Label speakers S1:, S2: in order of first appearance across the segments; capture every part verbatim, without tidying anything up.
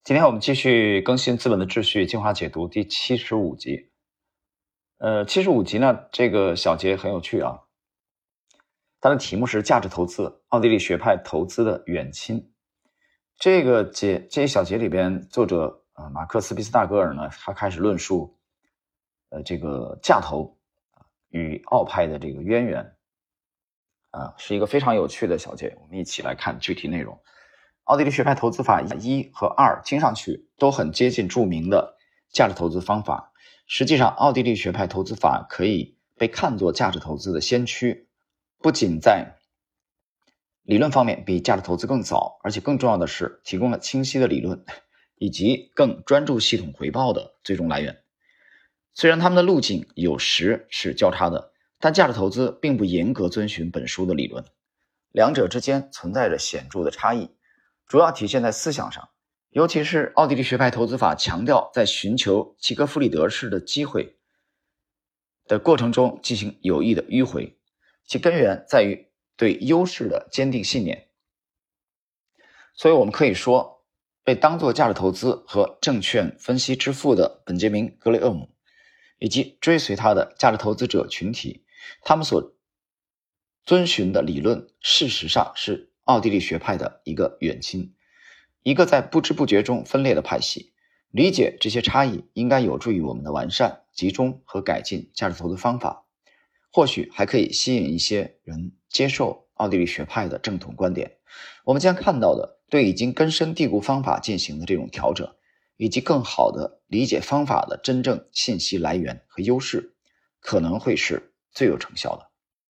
S1: 今天我们继续更新《资本的秩序》精华解读第七十五集。呃，七十五集呢，这个小节很有趣啊。它的题目是价值投资，奥地利学派投资的远亲。这个节这一小节里边，作者啊、呃、马克思·毕斯纳格尔呢，他开始论述呃这个价投与奥派的这个渊源啊，是一个非常有趣的小节。我们一起来看具体内容。奥地利学派投资法一和二听上去都很接近著名的价值投资方法。实际上，奥地利学派投资法可以被看作价值投资的先驱，不仅在理论方面比价值投资更早，而且更重要的是提供了清晰的理论以及更专注系统回报的最终来源。虽然他们的路径有时是交叉的，但价值投资并不严格遵循本书的理论，两者之间存在着显著的差异，主要体现在思想上，尤其是奥地利学派投资法强调在寻求齐格弗里德式的机会的过程中进行有益的迂回，其根源在于对优势的坚定信念。所以我们可以说，被当作价值投资和证券分析之父的本杰明·格雷厄姆以及追随他的价值投资者群体，他们所遵循的理论事实上是奥地利学派的一个远亲，一个在不知不觉中分裂的派系。理解这些差异应该有助于我们的完善、集中和改进价值投资方法，或许还可以吸引一些人接受奥地利学派的正统观点。我们将看到的对已经根深蒂固方法进行的这种调整，以及更好的理解方法的真正信息来源和优势，可能会是最有成效的。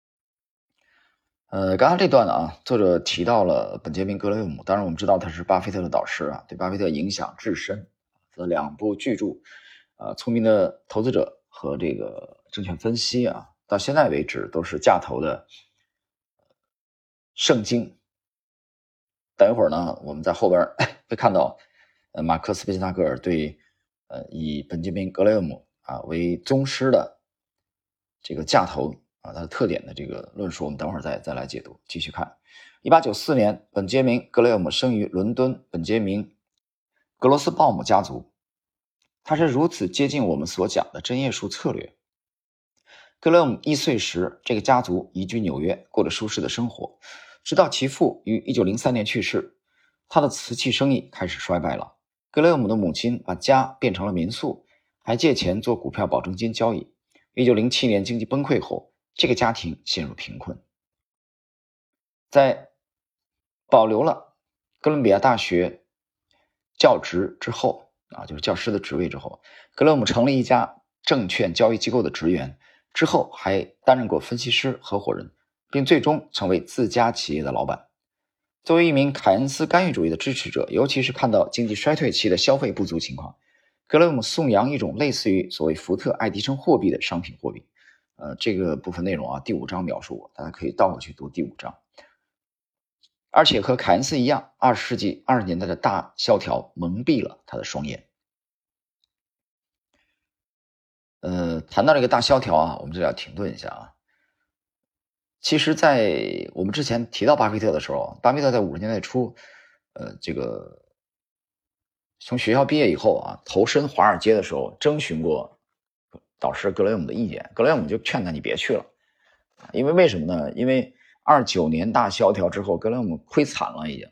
S1: 呃，刚刚这段呢啊，作者提到了本杰明·格雷厄姆，当然我们知道他是巴菲特的导师啊，对巴菲特影响至深。的两部巨著，呃，聪明的投资者和这个证券分析啊，到现在为止都是价投的圣经。等一会儿呢，我们在后边会看到，呃，马克思·毕斯纳格尔对呃以本杰明·格雷厄姆啊为宗师的这个价投啊它的特点的这个论述，我们等会儿再再来解读。继续看，一八九四年，本杰明·格雷厄姆生于伦敦本杰明·格罗斯鲍姆家族。他是如此接近我们所讲的针叶树策略。格雷厄姆一岁时，这个家族移居纽约，过着舒适的生活，直到其父于一九零三年去世，他的瓷器生意开始衰败了。格雷厄姆的母亲把家变成了民宿，还借钱做股票保证金交易。一九零七年经济崩溃后，这个家庭陷入贫困。在保留了哥伦比亚大学教职之后啊，就是教师的职位之后，格雷厄姆成了一家证券交易机构的职员，之后还担任过分析师、合伙人，并最终成为自家企业的老板。作为一名凯恩斯干预主义的支持者，尤其是看到经济衰退期的消费不足情况，格雷厄姆颂扬一种类似于所谓福特爱迪生货币的商品货币。呃，这个部分内容啊，第五章描述过，大家可以倒回去读第五章。而且和凯恩斯一样，二十世纪二十年代的大萧条蒙蔽了他的双眼。呃，谈到这个大萧条啊，我们这里要停顿一下啊。其实在我们之前提到巴菲特的时候，巴菲特在五十年代初，呃，这个从学校毕业以后啊，投身华尔街的时候，征询过导师格雷厄姆的意见，格雷厄姆就劝他你别去了，因为为什么呢？因为二九年大萧条之后，格雷厄姆亏惨了，已经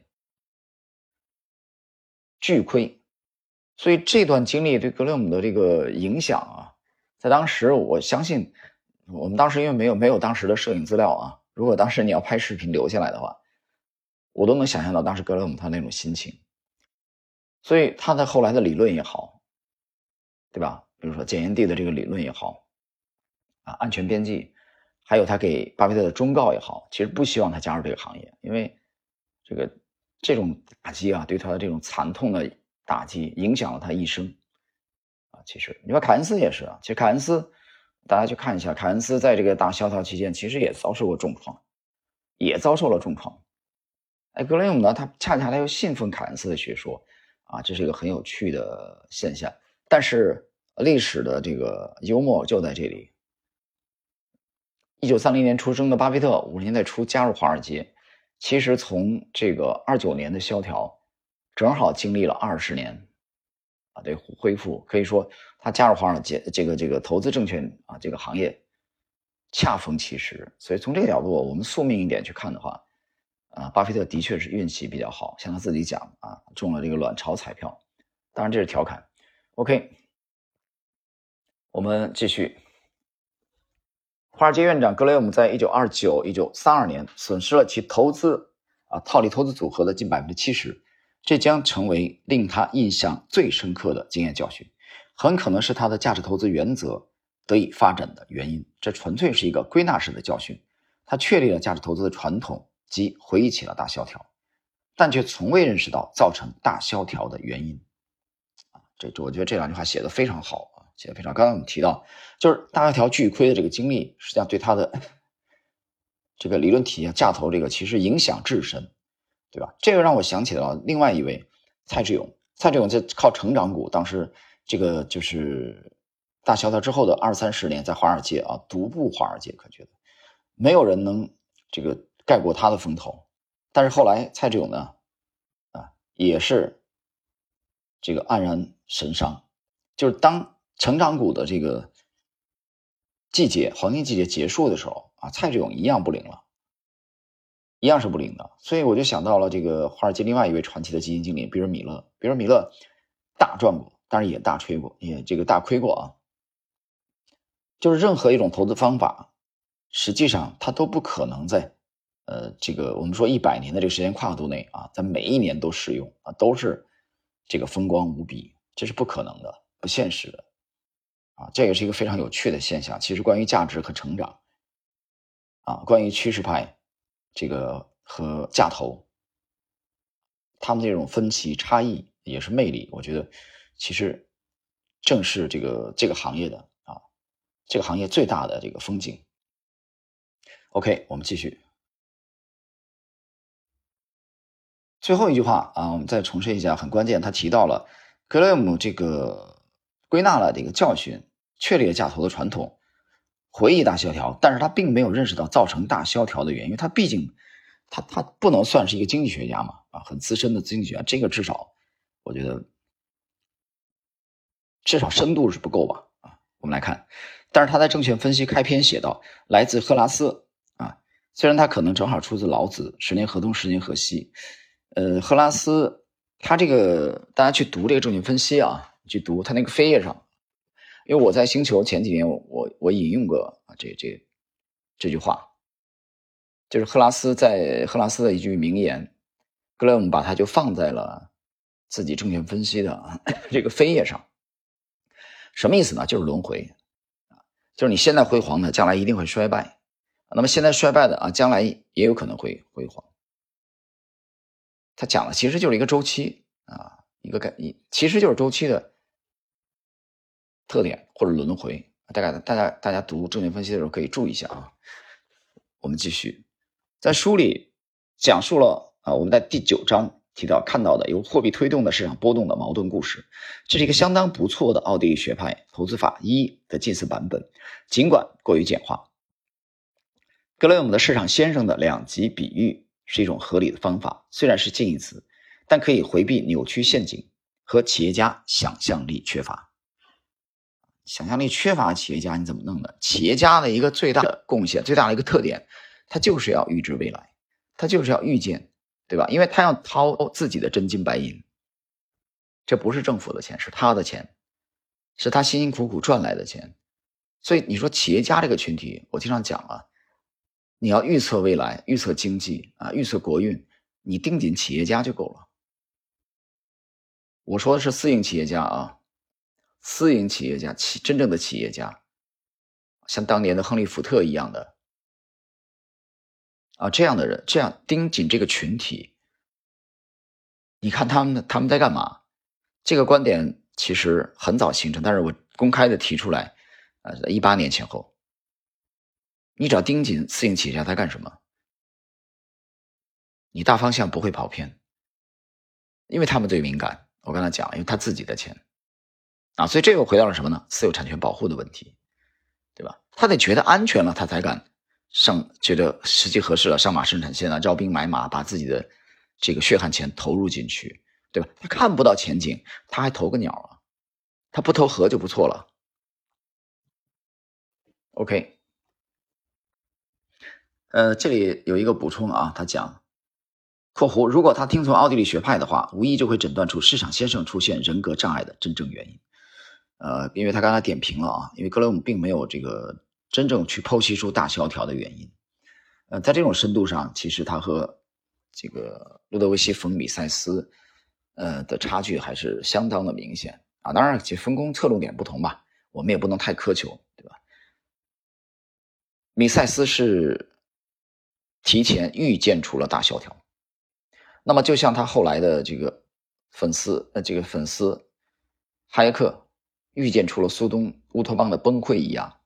S1: 巨亏，所以这段经历对格雷厄姆的这个影响啊，在当时我相信，我们当时因为没有没有当时的摄影资料啊，如果当时你要拍视频留下来的话，我都能想象到当时格雷厄姆他那种心情。所以他的后来的理论也好，对吧？比如说简言地的这个理论也好，啊，安全边际，还有他给巴菲特的忠告也好，其实不希望他加入这个行业，因为这个这种打击啊，对他的这种惨痛的打击影响了他一生啊。其实你说凯恩斯也是啊，其实凯恩斯大家去看一下，凯恩斯在这个大萧条期间其实也遭受过重创，也遭受了重创。哎，格雷厄姆呢，他恰恰他又信奉凯恩斯的学说啊，这是一个很有趣的现象。但是历史的这个幽默就在这里。一九三零年出生的巴菲特，五十年代初加入华尔街，其实从这个二九年的萧条，正好经历了二十年。 啊，对，恢复，可以说他加入华尔街这个这个投资证券啊这个行业恰逢其时。所以从这个角度，我们宿命一点去看的话，啊，巴菲特的确是运气比较好，像他自己讲啊，中了这个卵巢彩票。当然这是调侃。OK， 我们继续。华尔街院长格雷厄姆在一九二九、一九三二年损失了其投资啊套利投资组合的近 百分之七十， 这将成为令他印象最深刻的经验教训，很可能是他的价值投资原则得以发展的原因。这纯粹是一个归纳式的教训，他确立了价值投资的传统及回忆起了大萧条，但却从未认识到造成大萧条的原因。这我觉得这两句话写得非常好啊，写得非常。刚刚我们提到，就是大萧条巨亏的这个经历，实际上对他的这个理论体系价投这个其实影响至深，对吧？这个让我想起了另外一位蔡志勇，蔡志勇在靠成长股，当时这个就是大萧条之后的二三十年，在华尔街啊独步华尔街，可觉得没有人能这个盖过他的风头。但是后来蔡志勇呢，啊也是这个黯然神伤，就是当成长股的这个季节黄金季节结束的时候啊，蔡志勇一样不灵了，一样是不灵的。所以我就想到了这个华尔街另外一位传奇的基金经理比尔米勒，比尔米勒大赚过，当然也大吹过，也这个大亏过啊。就是任何一种投资方法，实际上它都不可能在呃这个我们说一百年的这个时间跨度内啊，在每一年都适用啊，都是这个风光无比，这是不可能的，不现实的啊。这个是一个非常有趣的现象。其实关于价值和成长啊，关于趋势派这个和价投，他们这种分歧差异也是魅力。我觉得其实正是这个这个行业的啊，这个行业最大的这个风景。OK， 我们继续。最后一句话啊，我们再重申一下，很关键。他提到了格雷厄姆这个归纳了这个教训，确立了价投的传统，回忆大萧条，但是他并没有认识到造成大萧条的原因，因为他毕竟他他不能算是一个经济学家嘛，啊，很资深的经济学家，这个至少我觉得至少深度是不够吧，啊，我们来看。但是他在证券分析开篇写道，来自赫拉斯啊，虽然他可能正好出自老子，十年河东，十年河西。呃，赫拉斯他这个大家去读这个证券分析啊，去读他那个扉页上，因为我在星球前几年我我引用过啊这这这句话，就是赫拉斯在赫拉斯的一句名言，格雷厄姆把它就放在了自己证券分析的这个扉页上。什么意思呢？就是轮回，就是你现在辉煌的，将来一定会衰败，那么现在衰败的啊，将来也有可能会辉煌。他讲的其实就是一个周期啊，一个概，其实就是周期的特点或者轮回。大概大家大家读证券分析的时候可以注意一下啊。我们继续，在书里讲述了啊，我们在第九章提到看到的由货币推动的市场波动的矛盾故事，这是一个相当不错的奥地利学派投资法一的近似版本，尽管过于简化。格雷厄姆的市场先生的两极比喻是一种合理的方法，虽然是近义词，但可以回避扭曲陷阱和企业家想象力缺乏。想象力缺乏企业家你怎么弄的？企业家的一个最大的贡献，最大的一个特点，他就是要预知未来，他就是要预见，对吧？因为他要掏自己的真金白银，这不是政府的钱，是他的钱，是他辛辛苦苦赚来的钱。所以你说企业家这个群体，我经常讲啊，你要预测未来，预测经济啊，预测国运，你盯紧企业家就够了。我说的是私营企业家啊，私营企业家，企真正的企业家，像当年的亨利·福特一样的啊，这样的人，这样盯紧这个群体，你看他们他们在干嘛？这个观点其实很早形成，但是我公开的提出来，呃，一八年前后，你只要盯紧私营企业家在干什么，你大方向不会跑偏，因为他们最敏感。我刚才讲，因为他自己的钱啊，所以这个回到了什么呢？私有产权保护的问题，对吧？他得觉得安全了，他才敢上，觉得时机合适了，上马生产线啊，招兵买马，把自己的这个血汗钱投入进去，对吧？他看不到前景，他还投个鸟啊， 他不投和就不错了。OK， 呃，这里有一个补充啊，他讲括弧，如果他听从奥地利学派的话，无疑就会诊断出市场先生出现人格障碍的真正原因。呃，因为他刚才点评了啊，因为格雷厄姆并没有这个真正去剖析出大萧条的原因。呃，在这种深度上，其实他和这个路德维希·冯·米塞斯呃的差距还是相当的明显啊。当然，其分工侧重点不同吧，我们也不能太苛求，对吧？米塞斯是提前预见出了大萧条，那么就像他后来的这个粉丝呃这个粉丝哈耶克预见出了苏东乌托邦的崩溃一样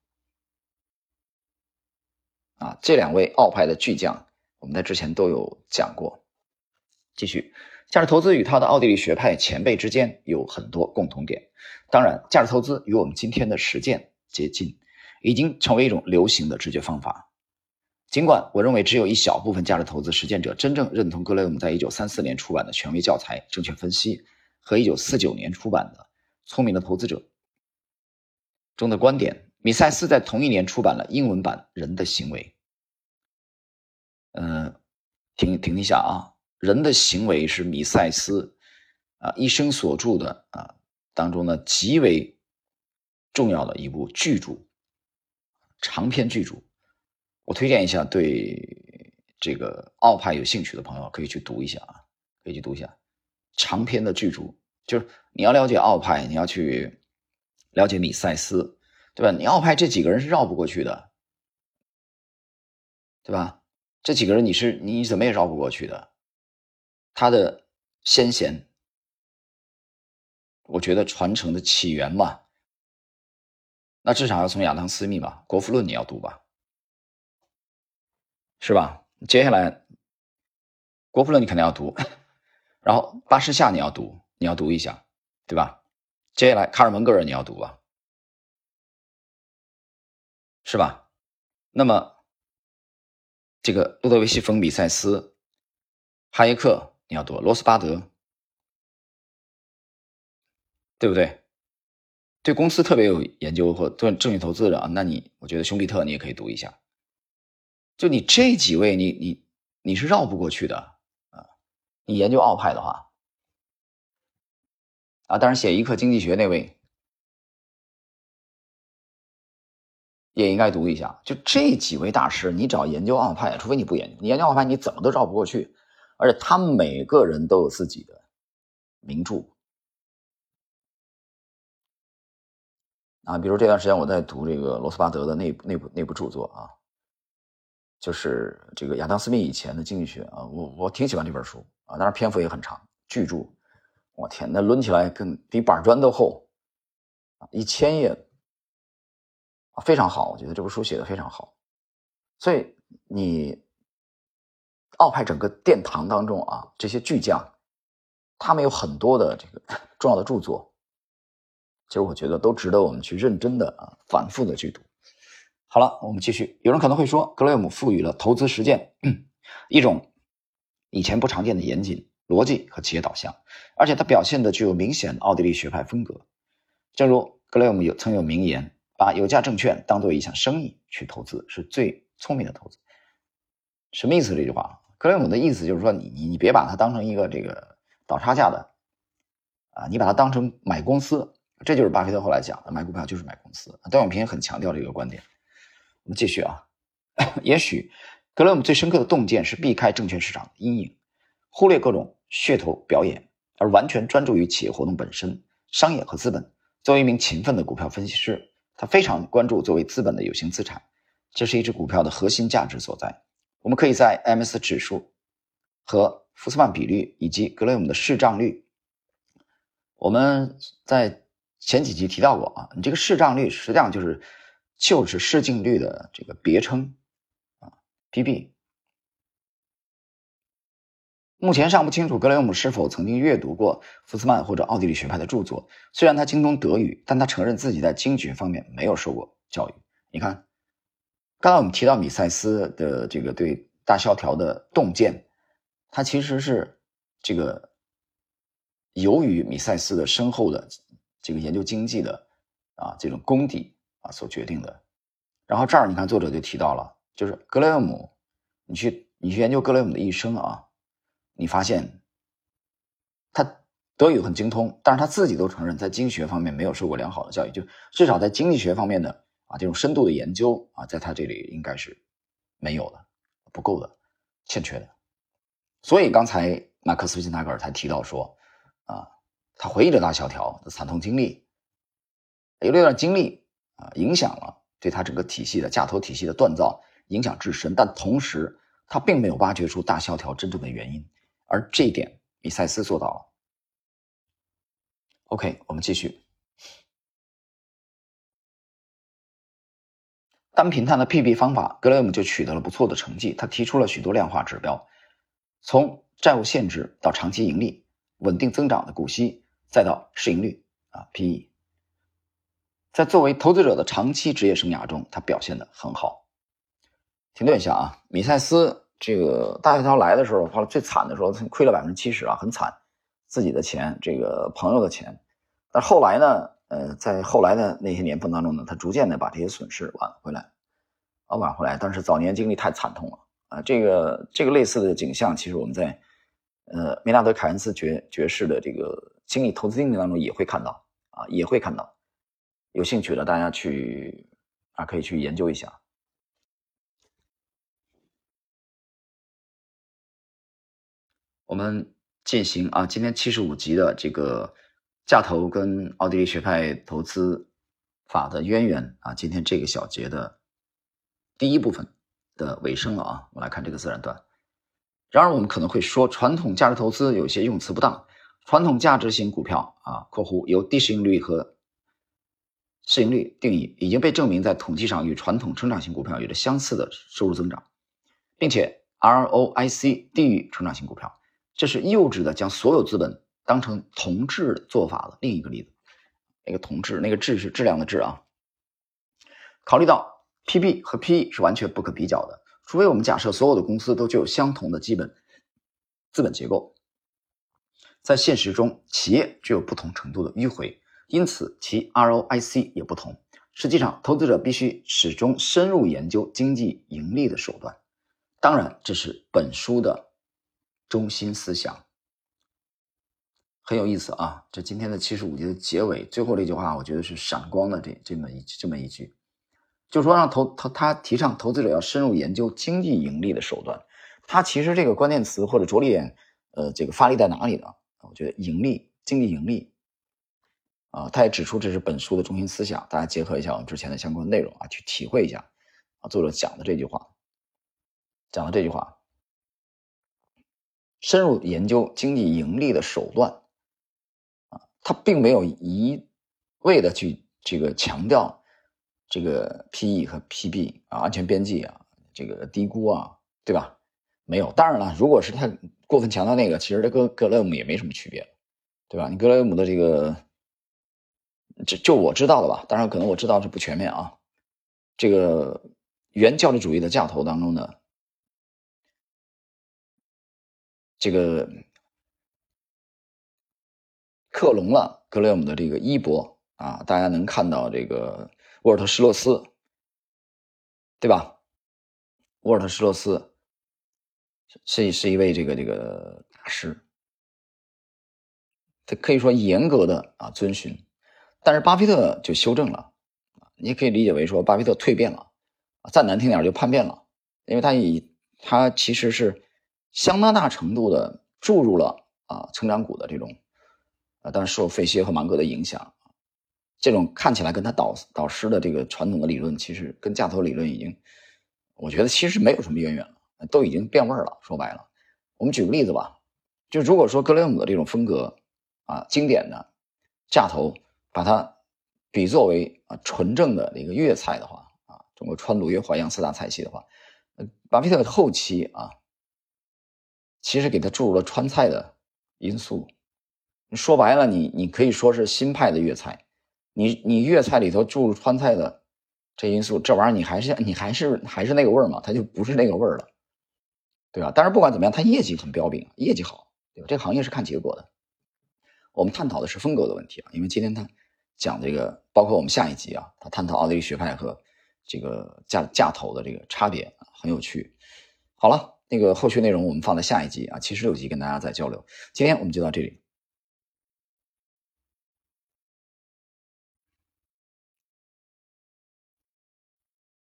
S1: 啊，这两位奥派的巨匠我们在之前都有讲过。继续，价值投资与他的奥地利学派前辈之间有很多共同点，当然价值投资与我们今天的实践接近，已经成为一种流行的直觉方法。尽管我认为只有一小部分价值投资实践者真正认同格雷厄姆在一九三四年出版的权威教材《证券分析》和一九四九年出版的《聪明的投资者》中的观点，米塞斯在同一年出版了英文版《人的行为》。嗯、呃，停停一下啊，《人的行为》是米塞斯啊一生所著的啊当中呢极为重要的一部巨著，长篇巨著。我推荐一下，对这个奥派有兴趣的朋友可以去读一下啊，可以去读一下长篇的巨著。就是你要了解奥派，你要去了解米塞斯，对吧？你奥派这几个人是绕不过去的，对吧？这几个人你是你怎么也绕不过去的。他的先贤，我觉得传承的起源嘛，那至少要从亚当斯密吧，《国富论》你要读吧，是吧？接下来《国富论》你肯定要读，然后巴士夏你要读，你要读一下，对吧？接下来卡尔蒙格尔你要读吧，是吧？那么这个路德维希·冯·米塞斯、哈耶克你要读，罗斯巴德，对不对？对公司特别有研究或对证券投资的啊，那你我觉得熊彼特你也可以读一下。就你这几位你你你是绕不过去的啊！你研究奥派的话啊，当然写一课经济学那位也应该读一下。就这几位大师，你只要研究奥派，除非你不研究，你研究奥派你怎么都绕不过去。而且他们每个人都有自己的名著啊，比如这段时间我在读这个罗斯巴德的那那部那部著作啊，就是这个亚当斯密以前的经济学啊，我我挺喜欢这本书啊，当然篇幅也很长，巨著。我天，那抡起来跟比板砖都厚啊，一千页啊，非常好，我觉得这部书写的非常好。所以你奥派整个殿堂当中啊，这些巨匠，他们有很多的这个重要的著作，其实我觉得都值得我们去认真的啊，反复的去读。好了，我们继续。有人可能会说，格雷厄姆赋予了投资实践一种以前不常见的严谨、逻辑和企业导向，而且它表现的具有明显的奥地利学派风格。正如格雷厄姆有曾有名言，把有价证券当作一项生意去投资是最聪明的投资。什么意思？这句话，格雷厄姆的意思就是说，你你你别把它当成一个这个倒差价的啊，你把它当成买公司，这就是巴菲特后来讲的，买股票就是买公司。段永平很强调这个观点。我们继续啊，也许格雷厄姆最深刻的洞见是避开证券市场的阴影，忽略各种噱头表演，而完全专注于企业活动本身、商业和资本。作为一名勤奋的股票分析师，他非常关注作为资本的有形资产，这是一只股票的核心价值所在。我们可以在 M S 指数和福斯曼比率以及格雷厄姆的市账率，我们在前几集提到过啊，你这个市账率实际上就是就是市净率的这个别称啊 P B。 目前尚不清楚格雷厄姆是否曾经阅读过福斯曼或者奥地利学派的著作，虽然他精通德语，但他承认自己在经济学方面没有受过教育。你看刚才我们提到米塞斯的这个对大萧条的洞见，他其实是这个由于米塞斯的深厚的这个研究经济的啊这种功底啊所决定的。然后这儿你看作者就提到了，就是格雷厄姆，你去你去研究格雷厄姆的一生啊，你发现他德语很精通，但是他自己都承认在经济学方面没有受过良好的教育，就至少在经济学方面的啊这种深度的研究啊，在他这里应该是没有的，不够的，欠缺的。所以刚才马克思维辛塔格尔才提到说啊，他回忆着大萧条的惨痛经历，有这段经历啊影响了对他整个体系的价投体系的锻造影响至深，但同时他并没有挖掘出大萧条真正的原因，而这一点米塞斯做到了。OK， 我们继续。单凭他的 P B 方法，格雷厄姆就取得了不错的成绩。他提出了许多量化指标，从债务限制到长期盈利、稳定增长的股息，再到市盈率啊 P E。在作为投资者的长期职业生涯中，他表现得很好。停顿一下啊，米塞斯这个大萧条来的时候，花了最惨的时候，亏了百分之七十啊，很惨，自己的钱，这个朋友的钱。但后来呢，呃，在后来的那些年份当中呢，他逐渐的把这些损失挽回来，啊，挽回来。但是早年经历太惨痛了啊，这个这个类似的景象，其实我们在呃梅纳德·凯恩斯爵爵士的这个经济投资经历当中也会看到啊，也会看到。有兴趣的大家去啊，可以去研究一下。我们进行啊，今天七十五集的这个价投跟奥地利学派投资法的渊源啊，今天这个小节的第一部分的尾声了啊，我们来看这个自然段。然而我们可能会说，传统价值投资有些用词不当，传统价值型股票啊（括弧由低市盈率和市盈率定义）已经被证明在统计上与传统成长型股票有着相似的收入增长，并且 R O I C 低于成长型股票。这是幼稚的将所有资本当成同质做法的另一个例子。那个同质，那个质是质量的质啊。考虑到 P B 和 P E 是完全不可比较的，除非我们假设所有的公司都具有相同的基本资本结构。在现实中，企业具有不同程度的迂回，因此其 R O I C 也不同。实际上，投资者必须始终深入研究经济盈利的手段。当然，这是本书的中心思想。很有意思啊，这今天的七十五集的结尾最后这句话，我觉得是闪光的这这么一这么一句，就是说让投投他提倡投资者要深入研究经济盈利的手段。他其实这个关键词或者着力点，呃，这个发力在哪里呢？我觉得盈利，经济盈利啊，他也指出这是本书的中心思想。大家结合一下我们之前的相关内容啊，去体会一下啊，作者讲的这句话，讲的这句话。深入研究经济盈利的手段啊，他并没有一味的去这个强调这个 P E 和 P B 啊，安全边际啊，这个低估啊，对吧？没有。当然了，如果是他过分强调那个，其实这个格雷厄姆也没什么区别，对吧？你格雷厄姆的这个，就就我知道的吧，当然可能我知道是不全面啊。这个原教旨主义的价投当中呢，这个克隆了格雷厄姆的这个衣钵啊，大家能看到这个沃尔特施洛斯，对吧？沃尔特施洛斯是是一位这个这个大师，他可以说严格的啊遵循，但是巴菲特就修正了，你也可以理解为说巴菲特蜕变了，再难听点就叛变了，因为他以他其实是相当大程度的注入了啊成长股的这种。啊，但是受费歇和芒格的影响，这种看起来跟他导导师的这个传统的理论，其实跟价投理论已经，我觉得其实没有什么渊源了，都已经变味了。说白了，我们举个例子吧，就如果说格雷厄姆的这种风格啊，经典的价投，把它比作为啊纯正的一个粤菜的话啊，中国川鲁粤淮扬四大菜系的话，巴菲特后期啊，其实给他注入了川菜的因素。说白了，你你可以说是新派的粤菜，你你粤菜里头注入川菜的这因素，这玩意儿你还是你还是还是那个味儿嘛，它就不是那个味儿了，对吧？但是不管怎么样，它业绩很彪炳，业绩好，对吧？这个行业是看结果的。我们探讨的是风格的问题啊，因为今天他讲这个，包括我们下一集啊，他探讨奥地利学派和这个架架头的这个差别，很有趣。好了，那个后续内容我们放在下一集啊，七十六集跟大家再交流。今天我们就到这里。